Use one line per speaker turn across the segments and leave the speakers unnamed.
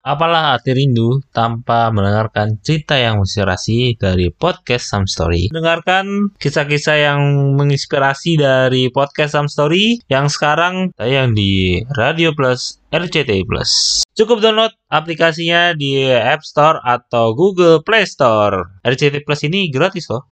Apalah arti rindu tanpa mendengarkan cerita yang menginspirasi dari podcast Some Story. Dengarkan kisah-kisah yang menginspirasi dari podcast Some Story yang sekarang tayang di Radio Plus RCTI Plus. Cukup download aplikasinya di App Store atau Google Play Store. RCTI Plus ini gratis loh.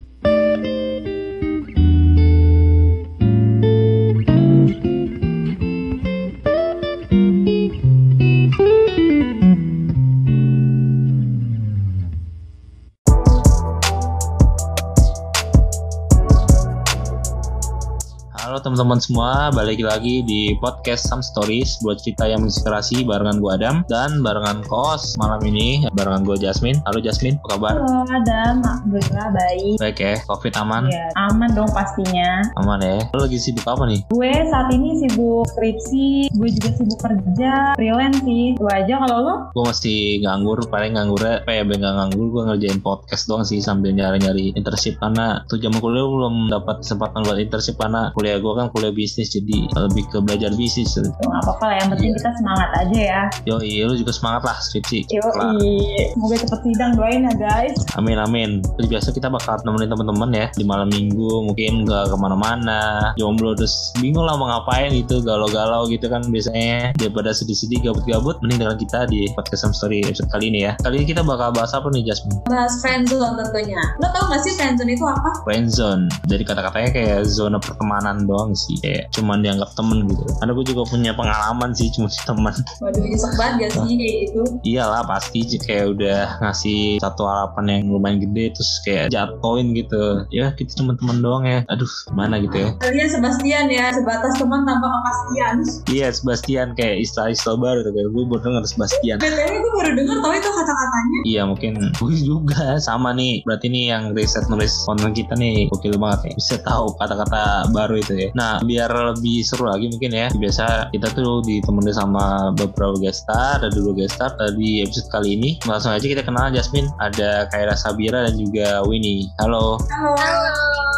Halo teman-teman semua, balik lagi di podcast Some Stories, buat cerita yang menginspirasi barengan gue Adam dan barengan Kos malam ini barengan gue Jasmine. Halo Jasmine, apa kabar?
Halo Adam, alhamdulillah baik.
Baik ya, Covid aman?
Ya, aman dong pastinya.
Aman ya. Lo lagi sibuk apa nih?
Gue saat ini sibuk skripsi, gue juga sibuk kerja, freelance sih. Itu aja. Kalau lo?
Gue masih nganggur, paling nganggurnya biar nggak nganggur gue ngerjain podcast doang sih sambil nyari-nyari internship karena tuh jam kuliah belum dapat kesempatan buat internship karena kuliah gue kan kuliah bisnis, jadi lebih ke belajar bisnis.
Nggak apa-apa lah, yang penting kita semangat aja ya.
Yoi, lu juga semangat lah skripsi.
Yoi, semoga cepet sidang, doain ya guys.
Amin. Seperti biasa kita bakal nemenin teman-teman ya di malam minggu, mungkin gak kemana-mana, jomblo terus bingung lah mau ngapain gitu, galau-galau gitu kan biasanya, daripada sedih-sedih gabut-gabut, mending dengan kita di podcast Some Story episode kali ini ya. Kali ini kita bakal bahas apa nih Jasmine?
Bahas friendzone tentunya. Lo tau gak sih friendzone itu apa?
Friendzone, jadi kata-katanya kayak zona pertemanan doang sih, kayak cuman dianggap temen gitu. Karena gue juga punya pengalaman sih cuma teman.
Waduh, nyesek banget gak sih kayak gitu?
Iyalah pasti kayak udah ngasih satu harapan yang lumayan gede terus kayak jatuhin gitu. Ya kita cuma teman doang ya. Aduh gimana gitu ya.
Kalian Sebastian ya, sebatas teman tanpa kepastian.
Iya Sebastian, kayak istilah baru tuh, kayak gue baru denger Sebastian.
BTW gue baru denger tau itu kata-katanya.
Iya mungkin gue juga sama nih. Berarti nih yang riset nulis konten kita nih gokil banget ya, bisa tahu kata-kata baru itu ya. Nah biar lebih seru lagi mungkin ya, biasa kita tuh ditemani sama beberapa guest star. Ada dulu guest star di episode kali ini. Langsung aja kita kenal Jasmine. Ada Kaira Sabira dan juga Winnie. Halo.
Halo.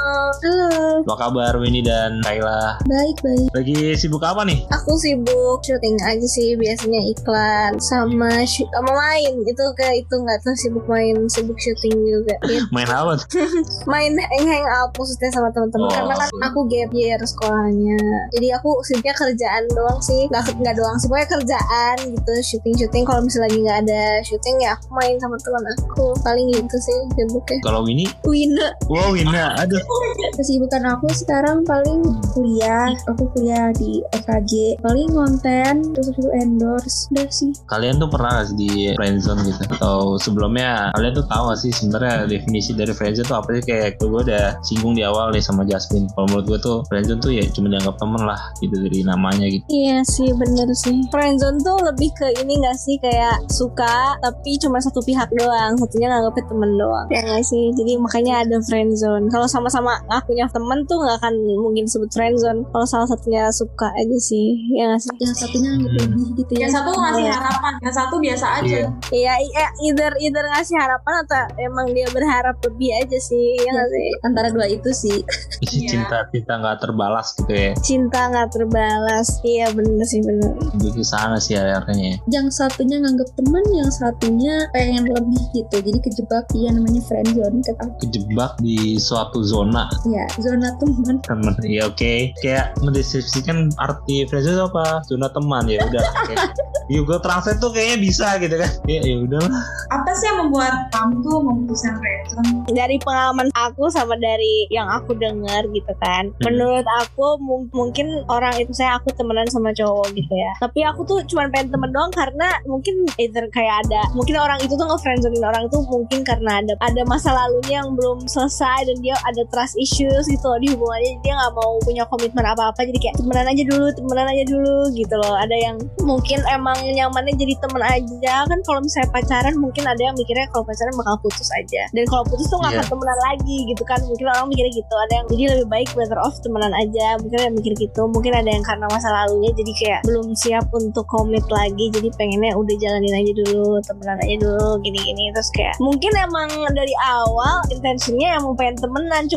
Apa kabar Winnie dan Kaila?
Baik.
Lagi sibuk apa nih?
Aku sibuk syuting aja sih, biasanya iklan sama main. Itu kayak itu nggak tuh sibuk main, sibuk syuting juga. Gitu.
Main apa tuh?
Main hang out maksudnya sama teman-teman. Karena kan aku gap year sekolahnya. Jadi aku sibuknya kerjaan doang sih. Nggak doang sih, pokoknya kerjaan gitu, syuting. Kalau misalnya lagi nggak ada syuting ya aku main sama teman aku. Paling gitu sih sibuknya.
Kalau Winnie?
Wina.
Wow Wina, aduh.
Kesibukan aku sekarang paling kuliah. Aku kuliah di FKG. Paling konten, terus itu endorse. Udah sih.
Kalian tuh pernah gak sih di friendzone gitu? Atau sebelumnya kalian tuh tahu gak sih sebenarnya definisi dari friendzone tuh apa sih? Kayak gue udah singgung di awal nih sama Jasmine. Kalau menurut gue tuh friendzone tuh ya cuma dianggap temen lah gitu dari namanya gitu.
Iya sih, bener sih. Friendzone tuh lebih ke ini gak sih, kayak suka tapi cuma satu pihak doang, satunya nganggapnya temen doang. Ya gak sih? Jadi makanya ada friendzone. Kalau sama-sama ngakunya temen tuh gak akan mungkin disebut friendzone. Kalau salah satunya suka aja sih, ya gak sih?
Yang satunya lebih gitu ya.
Yang satu ngasih harapan, yang satu biasa aja.
Iya, either ngasih harapan atau emang dia berharap lebih aja sih, ya gak sih?
Antara dua itu sih.
Cinta gak terbalas gitu ya.
Cinta gak terbalas. Iya bener sih, bener.
Lebih ke sana sih arahnya.
Yang satunya nganggap teman, yang satunya pengen lebih gitu. Jadi kejebak, dia namanya friendzone.
Kejebak di suatu zona.
Ya, zona teman.
Temen, ya oke. Kayak mendeskripsikan arti friendzone apa? Zona teman ya udah. Google Translate tuh kayaknya bisa gitu kan. Ya udah lah.
Apa sih yang membuat kamu tuh memutuskan friendzone?
Dari pengalaman aku sama dari yang aku dengar gitu kan, menurut aku mungkin orang itu, saya aku temenan sama cowok gitu ya, tapi aku tuh cuma pengen temen doang karena mungkin either kayak ada, mungkin orang itu tuh nge-friendzonin orang tuh mungkin karena ada masa lalunya yang belum selesai dan dia ada trust issues gitu loh di hubungannya, dia nggak mau punya komitmen apa-apa, jadi kayak temenan aja dulu gitu loh. Ada yang mungkin emang nyamannya jadi temen aja kan. Kalau misalnya pacaran mungkin ada yang mikirnya kalau pacaran bakal putus aja, dan kalau putus tuh nggak akan temenan lagi gitu kan. Mungkin orang mikirnya gitu. Ada yang jadi lebih baik better off temenan aja, mungkin ada yang mikir gitu. Mungkin ada yang karena masa lalunya jadi kayak belum siap untuk komit lagi, jadi pengennya udah jalanin aja dulu, temenan aja dulu gini-gini. Terus kayak mungkin emang dari awal intensinya yang mau pengen temenan, cuman yang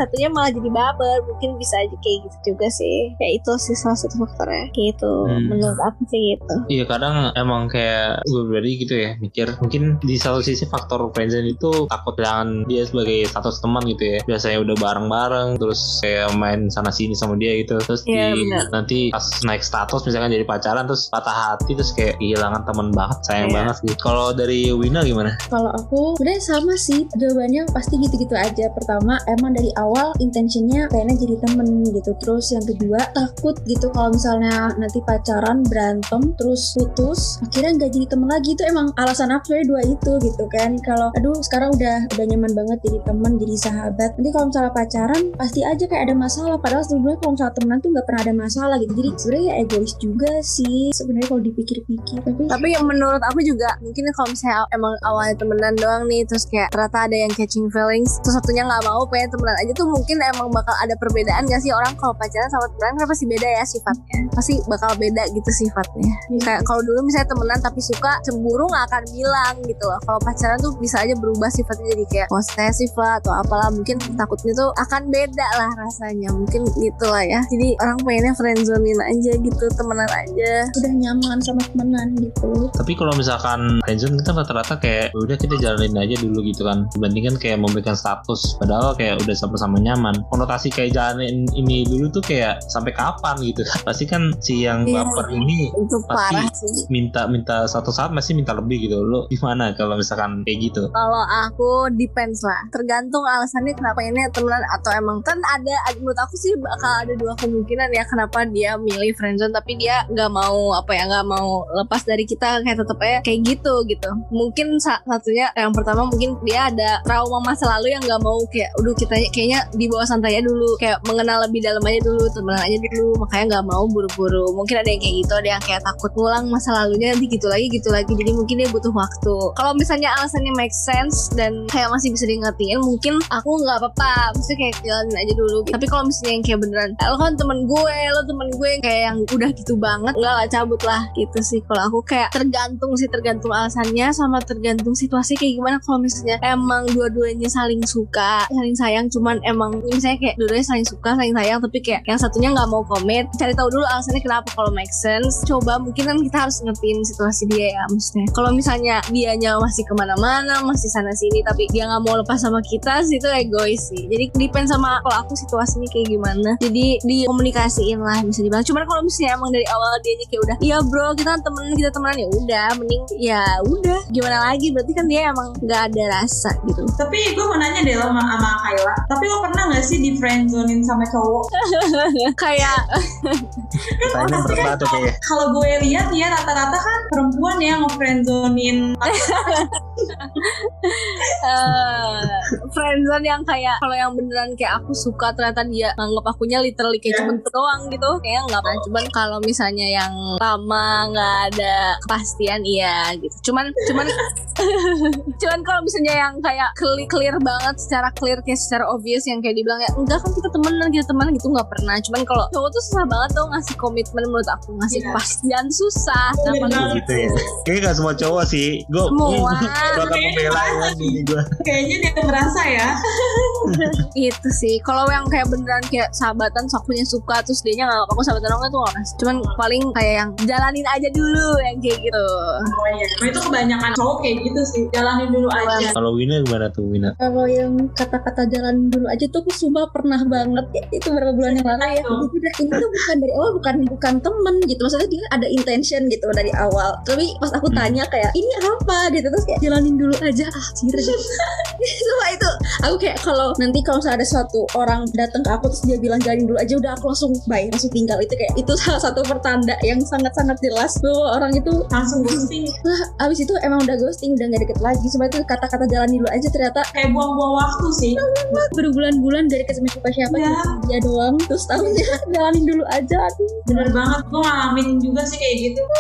satunya malah jadi baper. Mungkin bisa aja kayak gitu juga sih. Ya itu sih salah satu faktornya gitu. Menurut aku sih gitu.
Iya, kadang emang kayak gue pribadi gitu ya mikir, mungkin di satu sisi faktor friendzone itu takut jangan dia sebagai status teman gitu ya, biasanya udah bareng-bareng terus kayak main sana sini sama dia gitu, terus nanti pas naik status misalkan jadi pacaran terus patah hati, terus kayak kehilangan teman banget, sayang banget sih. Kalau dari Wina gimana?
Kalau aku udah sama sih, jawabannya pasti gitu-gitu aja. Pertama, emang dari awal intentionnya pengennya jadi temen gitu. Terus yang kedua, takut gitu kalau misalnya nanti pacaran berantem terus putus, akhirnya nggak jadi temen lagi. Itu emang alasan aku ya dua itu gitu kan. Kalau aduh sekarang udah nyaman banget jadi temen, jadi sahabat. Nanti kalau misalnya pacaran pasti aja kayak ada masalah. Padahal sebenarnya kalau misalnya temenan tuh nggak pernah ada masalah gitu. Jadi sebenarnya ya egois juga sih sebenarnya kalau dipikir-pikir. Tapi
yang menurut aku juga mungkin kalau misalnya emang awalnya temenan doang nih, terus kayak ternyata ada yang catching feelings, terus satunya nggak mau pengen temenan aja, tuh mungkin emang bakal ada perbedaan gak sih orang kalau pacaran sama temenan, kan pasti beda ya sifatnya, pasti bakal beda gitu sifatnya. Kayak kalau dulu misalnya temenan tapi suka, cemburu nggak akan bilang gitu loh. Kalau pacaran tuh bisa aja berubah sifatnya jadi kayak posesif lah atau apalah, mungkin takutnya tuh akan beda lah rasanya, mungkin gitu lah ya. Jadi orang pengennya friendzonein aja gitu, temenan aja,
udah nyaman sama temenan gitu.
Tapi kalau misalkan friendzone kita rata-rata kayak udah kita jalanin aja dulu gitu kan, dibandingkan kayak memberikan status, padahal kayak udah sama-sama nyaman. Konotasi kayak jalanin ini dulu tuh kayak sampai kapan gitu kan, pasti kan si yang baper ini
itu parah
pasti
sih.
minta satu saat masih minta lebih gitu. Lo gimana kalau misalkan kayak gitu?
Kalau aku depends lah, tergantung alasannya kenapa ini temenan atau emang kan ada menurut aku sih bakal ada dua kemungkinan ya kenapa dia milih friendzone tapi dia nggak mau nggak mau lepas dari kita, kayak tetep aja kayak gitu. Mungkin satunya yang pertama mungkin dia ada trauma masa lalu yang nggak mau kayak udah kita kayaknya dibawa santai aja dulu, kayak mengenal lebih dalam aja dulu, temenan aja dulu, makanya nggak mau buru-buru. Mungkin ada yang kayak gitu, ada yang kayak takut ngulang masa lalunya nanti gitu lagi, jadi mungkin dia butuh waktu. Kalau misalnya alasannya make sense dan kayak masih bisa diingetin, mungkin aku nggak apa-apa, mesti kayak jalanin aja dulu gitu. Tapi kalau misalnya yang kayak beneran lo kan temen gue kayak yang udah gitu banget, nggak cabut lah gitu sih. Kalau aku kayak tergantung alasannya sama tergantung situasi kayak gimana. Kalau misalnya emang dua-duanya saling suka, saling sayang, cuman emang misalnya kayak dua-duanya saling suka, saling sayang, tapi kayak yang satunya nggak mau komit, cari tahu dulu alasannya kenapa. Kalau make sense, coba mungkin kan kita harus ngertiin situasi dia ya, maksudnya kalau misalnya dianya masih kemana-mana, masih sana sini, tapi dia nggak mau lepas sama kita sih, itu egois sih. Jadi depend sama kalau aku situasinya kayak gimana, jadi dikomunikasiin lah bisa dibilang. Cuman kalau misalnya emang dari awal dianya kayak udah iya bro kita temenan ya udah, mending ya udah, gimana lagi, berarti kan dia emang nggak ada rasa gitu.
Tapi gue mau nanya deh lo sama Kayla, tapi lo pernah nggak sih di friendzonein sama cowok?
Kayak
kan pasti kan kalau gue lihat ya rata-rata kan perempuan yang nge-friendzonein
friendzone yang kayak kalau yang beneran kayak aku suka ternyata dia nganggap akunya literally kayak cuman doang gitu, kayaknya nggak pernah. Cuman kalau misalnya yang lama nggak ada kepastian iya gitu. Cuman kalau misalnya yang kayak clear banget, secara clear kayak secara obvious yang kayak dibilang ya enggak kan kita temenan gitu nggak pernah. Cuman kalau cowok tuh susah banget tuh ngasih komitmen, menurut aku ngasih kepastian susah.
Gitu ya. Kayaknya nggak semua cowok sih. Gue bakal membela ini gue.
Kayaknya dia merasa ya.
Itu sih. Kalau yang kayak beneran kayak sahabatan, akunya suka terus dianya nggak aku sahabatan dong itu nggak. Cuman paling kayak yang jalanin aja dulu yang kayak gitu.
Oh iya. Nah, itu kebanyakan cowok kayak gitu sih. Jalanin dulu aja.
Kalau Wina gimana tuh Wina?
Kalau yang kata-kata jalan dulu aja tuh aku sumpah pernah banget ya, itu beberapa bulan yang lalu ya. Itu udah ini tuh bukan dari awal, bukan temen gitu. Maksudnya dia ada intention gitu dari awal. Tapi pas aku tanya kayak ini apa gitu, terus kayak jalanin dulu aja Sumpah itu aku kayak kalau misalnya ada suatu orang datang ke aku terus dia bilang jalanin dulu aja, udah aku langsung bye, langsung tinggal. Itu salah satu pertanda yang sangat-sangat jelas bahwa orang itu
langsung ghosting.
Nah, abis itu emang udah ghosting, udah gak deket lagi. Cuma itu kata-kata jalanin dulu aja ternyata
kayak buang-buang waktu sih.
Berbulan-bulan dari ketemu siapa
ya.
Dia doang, terus tahunnya jalanin dulu aja. Aduh,
bener banget, gue ngalamin juga sih kayak gitu.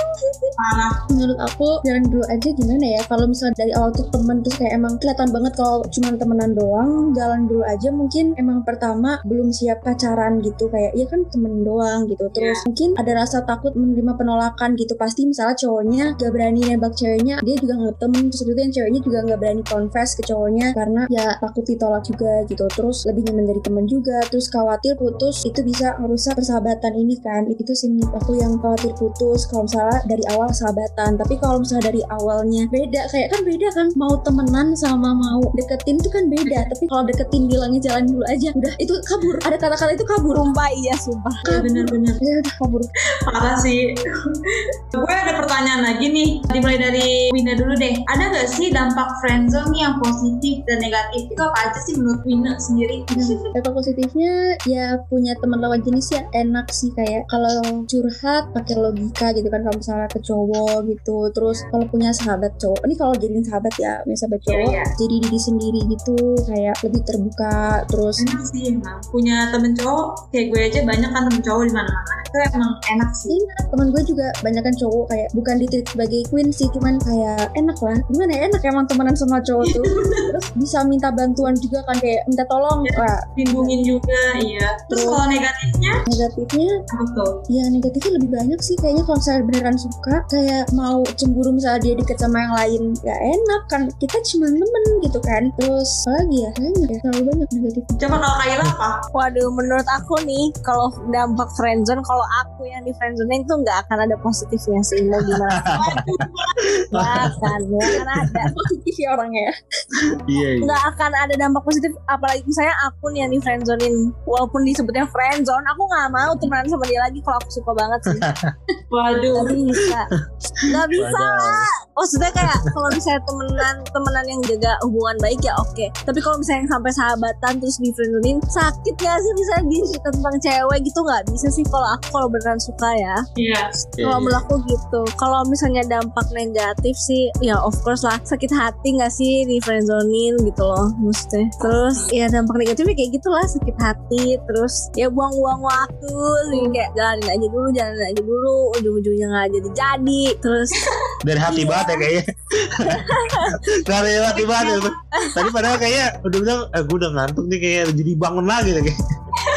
Mana?
Menurut aku jalan dulu aja gimana ya, kalau misalnya dari awal tuh temen terus kayak emang kelihatan banget kalau cuma temenan doang, jalan dulu aja. Mungkin emang pertama belum siap pacaran gitu, kayak ya kan temen doang gitu. Terus mungkin ada rasa takut menerima penolakan gitu. Pasti misalnya cowoknya gak berani nembak ceweknya, dia juga nggak temen. Terus itu yang ceweknya juga gak berani confess ke cowoknya karena ya takut ditolak juga gitu. Terus lebih nyaman dari temen juga. Terus khawatir putus itu bisa merusak persahabatan ini kan. Itu sih menurut aku yang khawatir putus kalau misalnya dari awal sahabatan. Tapi kalau misalnya dari awalnya beda, kayak kan beda kan, mau temenan sama mau deketin itu kan beda. Tapi kalau deketin bilangnya jalan dulu aja, udah itu kabur. Ada kata-kata itu kabur.
Sumpah iya sumpah.
Ya bener-bener.
Ya udah kabur.
Parah sih. Gue ada pertanyaan lagi nih. Dimulai dari Wina dulu deh. Ada gak sih dampak friendzone yang positif dan negatif? Itu apa aja sih menurut Wina sendiri?
Dampak positifnya ya punya teman lawan jenis ya enak sih, kayak kalau curhat pakai logika gitu kan, kalau misalnya ke cowok gitu. Terus kalau punya sahabat cowok, ini kalau jadiin sahabat ya, punya sahabat cowok jadi diri sendiri gitu, kayak lebih terbuka. Terus
Enak sih emang. Punya temen cowok kayak gue aja banyak kan temen cowok di mana-mana. Itu emang enak sih.
teman gue juga banyak kan cowok, kayak bukan ditreat sebagai queen sih, cuman kayak enak lah. Gimana ya, enak emang temenan sama cowok tuh. Terus bisa minta bantuan juga kan, kayak minta tolong. Wah,
Lindungin juga, iya. Terus kalau negatifnya?
negatifnya
Apa tuh?
ya negatifnya lebih banyak sih kayaknya. Kalau misalnya beneran suka, kayak mau cemburu misalnya dia deket sama yang lain, gak enak kan, kita cuma temen gitu kan. Terus apa lagi ya, kayaknya ya terlalu banyak negatifnya.
Coba kalau Kayla apa?
Waduh, menurut aku nih, kalau dampak friendzone, kalau aku yang di friendzone itu nggak akan ada positifnya sih, mau gimana? Nggak akan ada.
Positif ya orangnya ya.
Iya.
Nggak akan ada dampak positif, apalagi misalnya aku nih yang di friendzonein, walaupun disebutnya friendzone, aku nggak mau temenan sama dia lagi kalau aku suka banget sih.
Waduh.
Nggak bisa lah. Maksudnya kayak kalau misalnya temenan yang jaga hubungan baik ya oke. Tapi kalau misalnya yang sampai sahabatan terus di friendzonein, sakit nggak sih misalnya dia cerita tentang cewek gitu? Nggak bisa sih kalau aku, kalau beneran suka ya.
Iya.
Kalau menurut aku gitu. Kalau misalnya dampak negatif sih, ya of course lah, sakit hati nggak sih di friendzonein gitu loh, maksudnya. Terus ya dampak negatifnya kayak gitulah, sakit hati. Terus ya buang-buang waktu, sih kayak jalanin aja dulu, ujung-ujungnya nggak jadi. Terus
Dari hati banget ya kayaknya. Dari hati banget ya. Tadi padahal kayaknya udah bilang, gue udah ngantuk nih, kayak jadi bangun lagi deh kayak.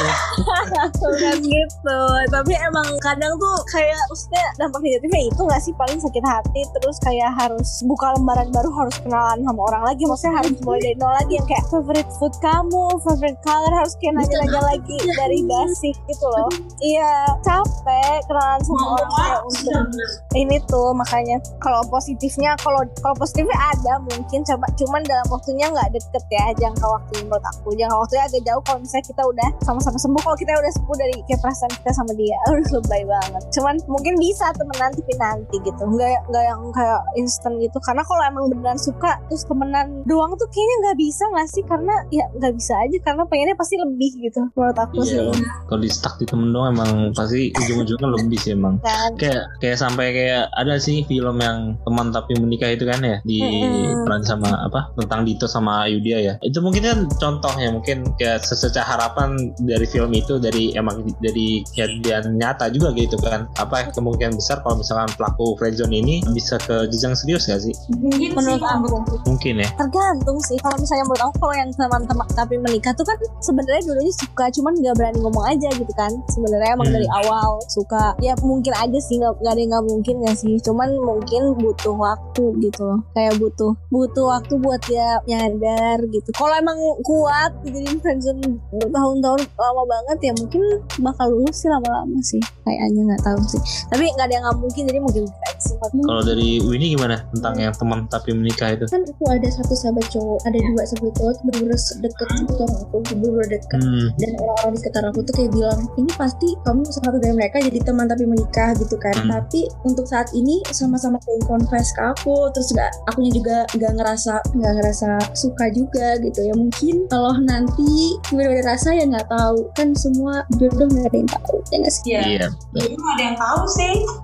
bukan gitu. Tapi emang kadang tuh kayak maksudnya dampak negatifnya itu nggak sih, paling sakit hati. Terus kayak harus buka lembaran baru, harus kenalan sama orang lagi, maksudnya harus mulai dari nol lagi, yang kayak favorite food kamu, favorite color, harus kayak nanya-nanya lagi dari basic gitu loh. Iya, capek kenalan sama orang kayak untuk ini tuh. Makanya kalau positifnya, kalau positifnya ada mungkin, cuman dalam waktunya nggak deket ya, jangka waktunya menurut aku. Jangka waktunya agak jauh kalau misalnya kita udah sama-sama sembuh. Kalau kita udah sembuh dari kayak perasaan kita sama dia, lebay banget. Cuman mungkin bisa temenan tapi nanti gitu, nggak yang kayak instan gitu. Karena kalau emang beneran suka terus temenan doang tuh kayaknya nggak bisa nggak sih, karena ya nggak bisa aja, karena pengennya pasti lebih gitu menurut aku sih.
Kalau di stuck di temen doang emang pasti ujung-ujungnya lebih sih emang.
Kan?
Kayak sampai kayak ada sih film yang Teman Tapi Menikah itu kan ya, di peran sama apa, tentang Dito sama Yudia ya. Itu mungkin kan contohnya, mungkin kayak sececah harapan dari film itu, dari emang dari kejadian nyata juga gitu kan. Apa kemungkinan besar kalau misalkan pelaku friendzone ini bisa ke jenjang serius gak sih?
Mungkin
Menurut
sih,
aku
Mungkin ya.
tergantung sih. Kalau misalnya menurut aku, kalau yang teman-teman tapi menikah tuh kan sebenarnya dulunya suka, cuman nggak berani ngomong aja gitu kan. Sebenarnya emang dari awal suka. Ya mungkin aja sih, nggak ada yang nggak mungkin nggak sih. Cuman mungkin butuh waktu gitu loh. Kayak butuh waktu buat dia nyadar gitu. Kalau emang kuat jadi friendzone bertahun-tahun lama banget ya, mungkin bakal lulus sih lama-lama sih. Kayaknya nggak tahu sih. Tapi nggak ada yang nggak mungkin, jadi mungkin sih.
Kalau dari Winnie gimana tentang yang Teman Tapi Menikah itu?
Kan aku ada satu sahabat cowok, ada dua sahabat cowok tuh bener-bener deket sama aku, bener-bener deket. Dan orang-orang di sekitar aku tuh kayak bilang, ini pasti kamu satu dari mereka jadi teman tapi menikah gitu kan. Tapi untuk saat ini sama-sama kayak confess ke aku, terus akunya juga nggak ngerasa suka juga gitu ya. Mungkin kalau nanti bener-bener rasa ya nggak tahu, kan semua jodoh nggak ada yang tahu ya nggak sih?
Iya. Jadi nggak ada yang tahu sih.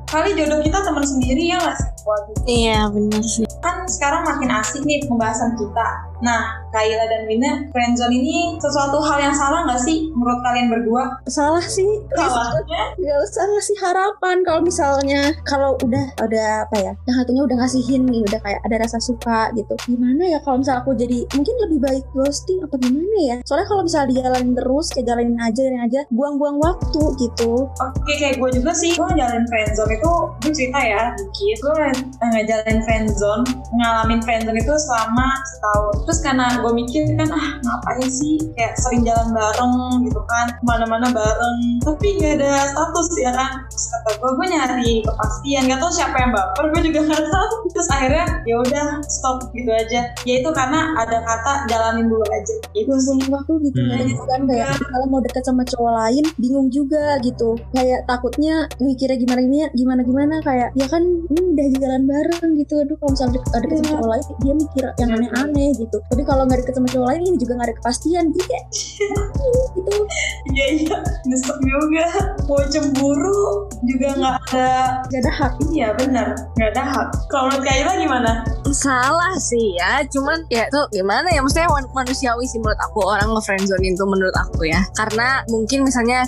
kali jodoh kita teman sendiri ya nggak sih? Waduh.
Iya benar sih.
Kan sekarang makin asik nih pembahasan kita. Nah, Kayla dan Wina, friendzone ini sesuatu hal yang salah nggak sih menurut kalian berdua?
Salah sih.
Salahnya?
Gak usah ngasih harapan kalau misalnya kalau udah apa ya, yang satunya udah ngasihin nih, udah kayak ada rasa suka gitu. Gimana ya kalau misalnya aku jadi mungkin lebih baik ghosting apa gimana ya? Soalnya kalau misalnya dijalanin terus kayak jalanin aja, buang-buang waktu gitu.
Oke, kayak gue juga sih. Gue ngejalanin friendzone itu, gue cerita ya dikit. Gue ngejalanin friendzone, ngalamin friendzone itu selama setahun. Terus karena gue mikir kan, ngapain sih kayak sering jalan bareng gitu kan, kemana-mana bareng, tapi gak ada status ya kan. Terus kata gue nyari kepastian, gak tau siapa yang baper, gue juga gak tahu. Terus akhirnya ya udah stop gitu aja. Ya itu karena ada kata jalanin dulu aja. Itu sih.
Buang waktu gitu ya. Kan kayak kalau mau deket sama cowok lain bingung juga gitu. Kayak takutnya mikirnya gimana kayak ya kan ini udah jalan bareng gitu. Aduh kalau misalnya deket sama cowok lain dia mikir yang aneh-aneh gitu. Tapi kalau nggak deket sama cowok lain ini juga nggak ada kepastian jadi kayak gitu.
Iya nyesek juga. Mau cemburu juga nggak ada hak. Iya benar, nggak ada hak. Kalau menurut Kayla gimana?
Salah sih ya, cuman ya tuh gimana ya, maksudnya manusiawi sih menurut aku orang nge-friendzonin tuh menurut aku ya. Karena mungkin misalnya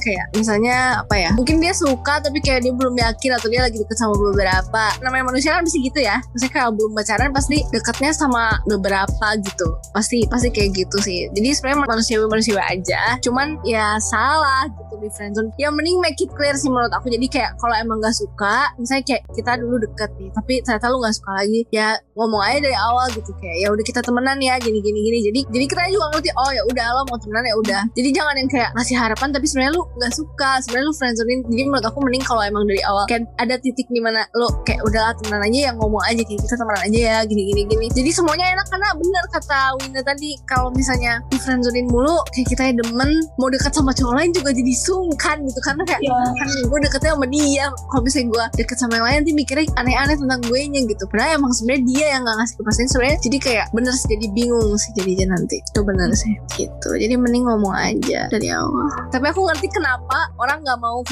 apa ya, mungkin dia suka tapi kayak dia belum yakin atau dia lagi deket sama beberapa. Namanya manusia kan pasti gitu ya, maksudnya kalau belum pacaran pasti deketnya sama beberapa gitu, pasti kayak gitu sih. Jadi sebenarnya manusiawi aja, cuman ya salah gitu di friendzone. Ya mending make it clear sih menurut aku. Jadi kayak kalau emang gak suka, misalnya kayak kita dulu deket nih tapi ternyata lu gak suka lagi, ya ngomong aja dari awal gitu, kayak ya udah kita temenan ya gini. Jadi kita juga ngerti, oh ya udah lo mau temenan ya udah. Jadi jangan yang kayak ngasih harapan tapi sebenarnya lu nggak suka, sebenarnya lu friendzonein. Jadi menurut aku mending kalau emang dari awal kayak ada titik di mana lo kayak udahlah temenan aja, yang ngomong aja kayak kita temenan aja ya gini. Jadi semuanya enak, karena benar kata Winda tadi, kalau misalnya di friendzonein mulu kayak kita ya demen mau dekat sama cowok lain juga jadi sungkan gitu, karena kayak kan gue deketnya sama dia, kalau misalnya gue deket sama yang lain nanti mikirnya aneh-aneh tentang gue nya gitu, padahal emang sebenarnya dia yang nggak ngasih kepastian sebenarnya. Jadi kayak bener sih, jadi bingung sih jadinya nanti. Itu bener sih gitu. Jadi mending ngomong aja dari awal. Tapi aku ngerti kenapa orang nggak mau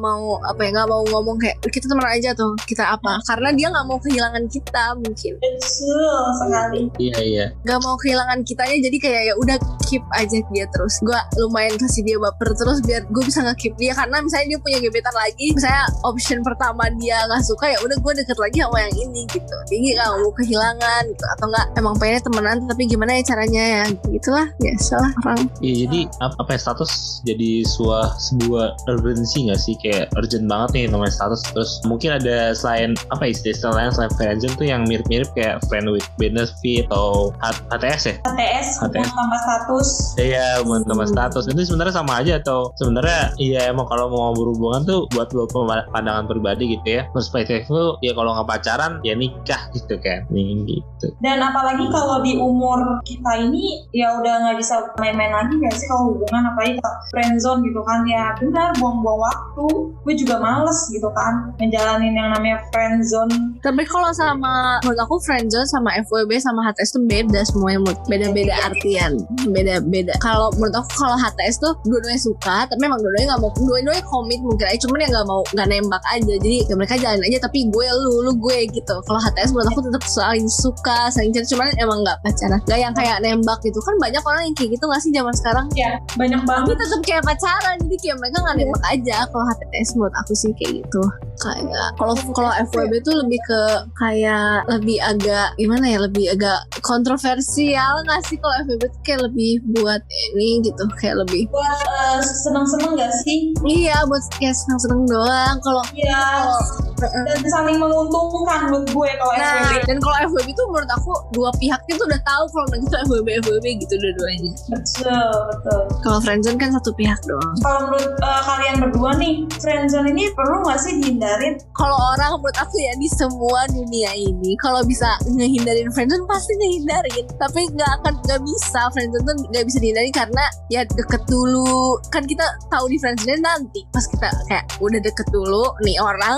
ngomong kayak kita teman aja tuh, kita apa, karena dia nggak mau kehilangan kita mungkin.
Betul sekali.
Iya.
Gak mau kehilangan kitanya, jadi kayak ya udah keep aja dia terus. Gue lumayan kasih dia baper terus biar gue bisa nge-keep dia, karena misalnya dia punya gebetan lagi, misalnya option pertama dia nggak suka, ya udah gue deket lagi sama yang ini gitu. Jadi gak mau kehilangan gitu, atau nggak emang pengennya temenan tapi gimana ya caranya ya gitulah, biasalah orang.
Iya, jadi apa ya, status jadi sebuah urgency nggak sih, kayak urgent banget nih namanya status. Terus mungkin ada selain apa istilah lain selain friendzone tuh yang mirip-mirip kayak friend with benefit atau HTS ya?
HTS tambah status.
Iya, tambah status. Itu sebenarnya sama aja, atau sebenarnya iya emang kalau mau berhubungan tuh buat lo pandangan pribadi gitu ya. Perspektif lu ya kalau nggak pacaran ya nikah gitu kan. Gitu.
Dan apalagi kalau di umur kita ini ya udah nggak bisa main-main lagi nggak sih kalau hubungan, apalagi kalau friendzone gitu kan. Ya benar, buang-buang waktu. Gue juga males gitu kan ngejalanin yang namanya friendzone.
Tapi kalau sama, menurut aku friendzone sama FWB sama HTS tuh beda semuanya, beda-beda artian, beda-beda. Kalau menurut aku kalau HTS tuh dua-duanya suka tapi emang dua-duanya nggak mau, dua-duanya komit mungkin aja, cuman ya nggak nembak aja. Jadi ya mereka jalan aja tapi gue lu gue gitu. Kalau HTS menurut aku tetap saling suka, saling cinta, cuman emang nggak pacaran, nggak yang kayak nembak gitu kan. Banyak orang yang kayak gitu nggak sih zaman sekarang?
Ya banyak banget.
Tapi tetap kayak pacaran, jadi kayak mereka nggak nembak aja. Kalau HTS menurut aku sih kayak gitu. Kayak kalau FWB tuh lebih ke kayak lebih agak gimana ya, lebih agak kontroversial nggak sih? Kalau FWB tuh kayak lebih buat ini gitu, kayak lebih
buat seneng-seneng nggak sih?
Iya, buat kayak seneng-seneng doang. Kalau
dan saling menguntungkan buat gue kalau FWB.
Dan kalau FWB tuh menurut aku dua pihaknya tuh udah tahu kalau mereka tuh FWB gitu dua-duanya.
Betul.
Kalau friendzone kan satu pihak doang.
Kalau menurut kalian berdua nih, friendzone ini perlu nggak sih dihindarin?
Kalau orang menurut aku ya di semua dunia ini, kalau bisa ngehindarin friendzone pasti ngehindarin. Tapi nggak bisa, friendzone tuh nggak bisa dihindarin karena ya deket dulu. Kan kita tahu di friendzone nanti pas kita kayak udah deket dulu nih orang nih attention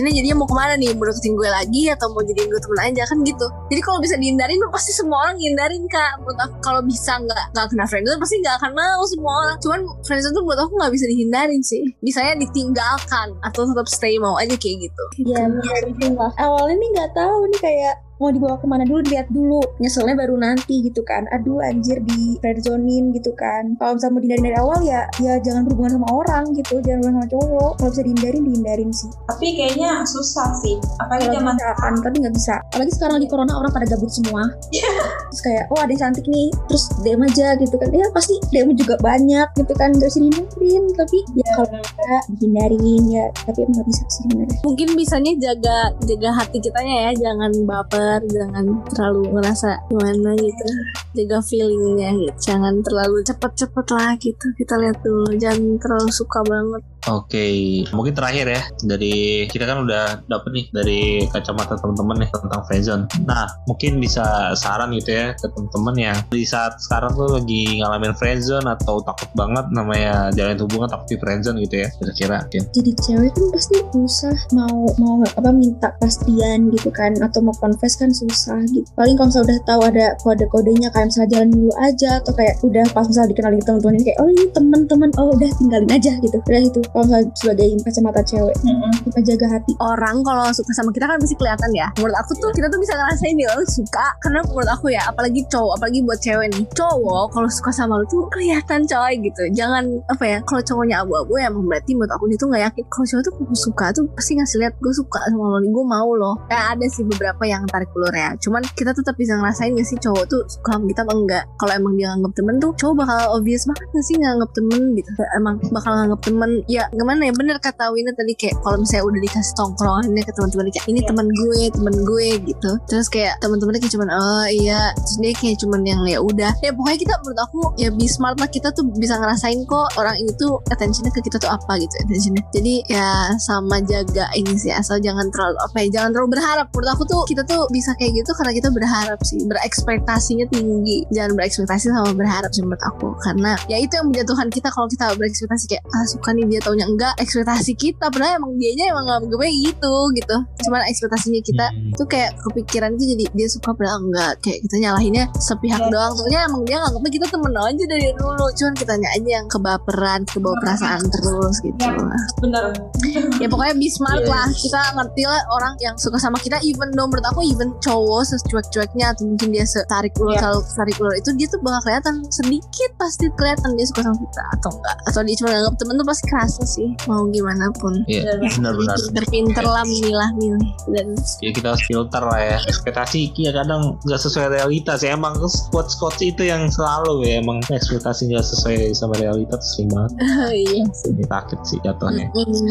intentionnya jadinya mau kemana nih, mau deketin gue lagi atau mau jadiin gue temen aja kan gitu. Jadi kalau bisa dihindarin pasti semua orang hindarin kak. Menurut aku kalau bisa nggak kena friendzone pasti nggak akan mau semua orang. Cuman friendzone tuh buat aku nggak bisa dihindarin sih. Bisanya ditinggalkan atau tetap stay mau aja kayak gitu.
Iya betul lah. Awalnya nih nggak tahu nih kayak mau dibawa kemana dulu, dilihat dulu, nyeselnya baru nanti gitu kan. Aduh anjir di friendzonein gitu kan. Kalau misalnya mau dihindarin dari awal ya jangan berhubungan sama orang gitu, jangan berhubungan sama cowok. Kalau bisa dihindarin sih.
Tapi kayaknya susah sih, apalagi zaman
sekarang. Tapi nggak bisa. Apalagi sekarang lagi corona, orang pada gabut semua. Terus kayak ada yang cantik nih, terus DM aja gitu kan. Ya pasti DM juga banyak gitu kan, terus dihindarin. Tapi ya kalau nggak dihindarin ya, tapi emang nggak bisa sih sebenarnya.
Mungkin bisanya jaga hati kitanya ya, jangan baper, jangan terlalu ngerasa gimana gitu, jaga feelingnya gitu, jangan terlalu cepet lah gitu, kita lihat dulu, jangan terlalu suka banget.
Oke, mungkin terakhir ya, dari kita kan udah dapet nih dari kacamata teman-teman nih tentang friendzone. Nah, mungkin bisa saran gitu ya ke teman-teman yang di saat sekarang tuh lagi ngalamin friendzone atau takut banget namanya jalin hubungan tapi friendzone gitu ya, kira-kira mungkin.
Jadi cewek kan pasti susah mau minta pastian gitu kan, atau mau confess kan susah gitu. Paling kalau misalnya udah tahu ada kode-kodenya, kayak misalnya jalan dulu aja, atau kayak udah pas misalnya dikenalin teman-teman ini kayak oh ini teman-teman, oh udah tinggalin aja gitu. Udah itu kalau misalnya sebagai kacamata cewek, kita jaga hati.
Orang kalau suka sama kita kan pasti kelihatan ya. Menurut aku tuh kita tuh bisa ngerasain dia orang suka, karena menurut aku ya, apalagi cowok, apalagi buat cewek nih, cowok kalau suka sama lu tuh kelihatan coy gitu. Jangan apa ya, kalau cowoknya abu-abu ya emang berarti menurut aku dia tuh nggak yakin. Kalau cowok tuh suka tuh pasti ngasih lihat gue suka sama lo nih, gue mau lo. Kayak ada sih beberapa yang tarik ulur ya, cuman kita tetap bisa ngerasain gak sih cowok tuh suka sama kita apa enggak. Kalau emang dia nganggap temen tuh cowok bakal obvious banget gak sih nganggap temen gitu. Emang bakal nganggap temen ya gimana ya, bener kata Wina tadi, kayak kalau misalnya udah dikasih tongkrongannya ke teman-teman kayak ini temen gue gitu, terus kayak teman-temannya kayak cuman oh iya, terus dia kayak cuman yang ya udah ya pokoknya kita, menurut aku ya be smart lah, kita tuh bisa ngerasain kok orang ini tuh attentionnya ke kita tuh apa gitu attentionnya. Jadi ya sama jaga ini sih, asal jangan terlalu jangan terlalu berharap. Menurut aku tuh kita tuh bisa kayak gitu karena kita berharap sih, berekspektasinya tinggi. Jangan berekspektasi sama berharap sih menurut aku, karena ya itu yang menjatuhkan kita kalau kita berekspektasi kayak suka nih dia, taunya enggak, ekspektasi kita padahal emang dianya emang nggak gitu cuman ekspektasinya kita tuh kayak kepikiran tuh jadi dia suka padahal enggak, kayak kita nyalahinnya sepihak doang, taunya emang dia nganggapnya kita temen aja dari dulu, cuman kitanya aja yang kebaperan, kebawa perasaan terus gitu.
bener
Ya pokoknya be smart lah, kita ngerti lah orang yang suka sama kita, even though menurut aku even cowok secuek-cueknya atau mungkin dia tarik ulur itu, dia tuh bakal kelihatan sedikit, pasti kelihatan dia suka sama kita atau enggak, atau dia cuma nganggap temen tuh pasti kerasa sih, mau gimana pun.
Iya, benar-benar.
Pinter-pinter lah milih dan
ya kita harus filter lah ya. Ekspektasi ya kadang nggak sesuai realitas ya, emang quotes itu yang selalu ya, emang ekspektasi nggak sesuai sama realitas sering banget.
Iya sih.
Ini sakit sih jatuhnya.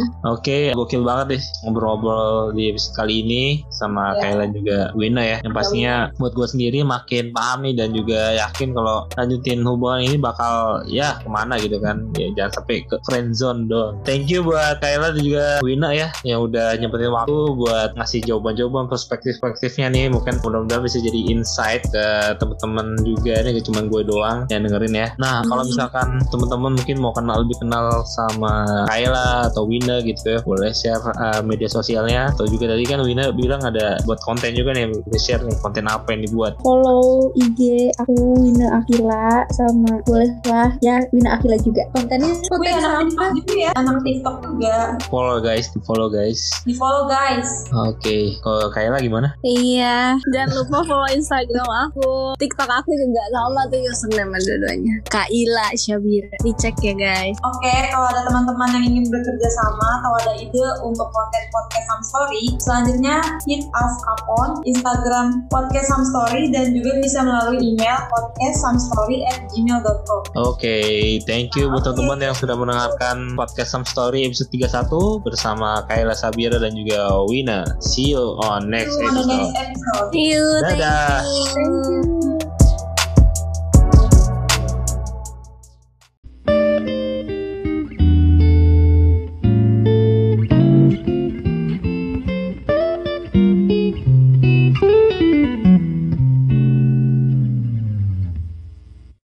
Oke, gokil banget deh ngobrol-ngobrol di episode kali ini sama Kayla juga Wina ya. Yang pastinya buat gue sendiri makin paham nih, dan juga yakin kalau lanjutin hubungan ini bakal ya kemana gitu kan. Ya jangan sampai ke friendzone doang. Thank you buat Kayla dan juga Wina ya yang udah nyempetin waktu buat ngasih jawaban-jawaban perspektif-perspektifnya nih. Mungkin mudah-mudahan bisa jadi insight ke teman-teman juga nih, gak cuma gue doang yang dengerin ya. Nah, kalau misalkan teman-teman mungkin mau lebih kenal sama Kayla atau Wina gitu ya, boleh share media sosialnya, atau juga tadi kan Wina bilang ada buat konten juga nih, bisa share nih konten apa yang dibuat.
Follow IG aku Wina Akila, sama boleh lah ya Wina Akila juga. Kontennya
anak TikTok juga ya, anak TikTok juga.
Di follow guys. Oke, kalau Kayla gimana?
Iya, jangan lupa follow Instagram aku, TikTok aku juga sama tuh username dua-duanya, Kaila Syabira, dicek ya guys.
Oke, kalau ada teman-teman yang ingin bekerja sama atau ada ide untuk konten podcast Some Story, selanjutnya hit us up on Instagram podcast Some Story, dan juga bisa melalui email podcastsomestory@gmail.com.
Oke, thank you buat teman-teman yang sudah mendengarkan podcast Some Story episode 31 bersama Kayla Sabira dan juga Wina. See you on next episode.
See you.
Dadah.
Thank you.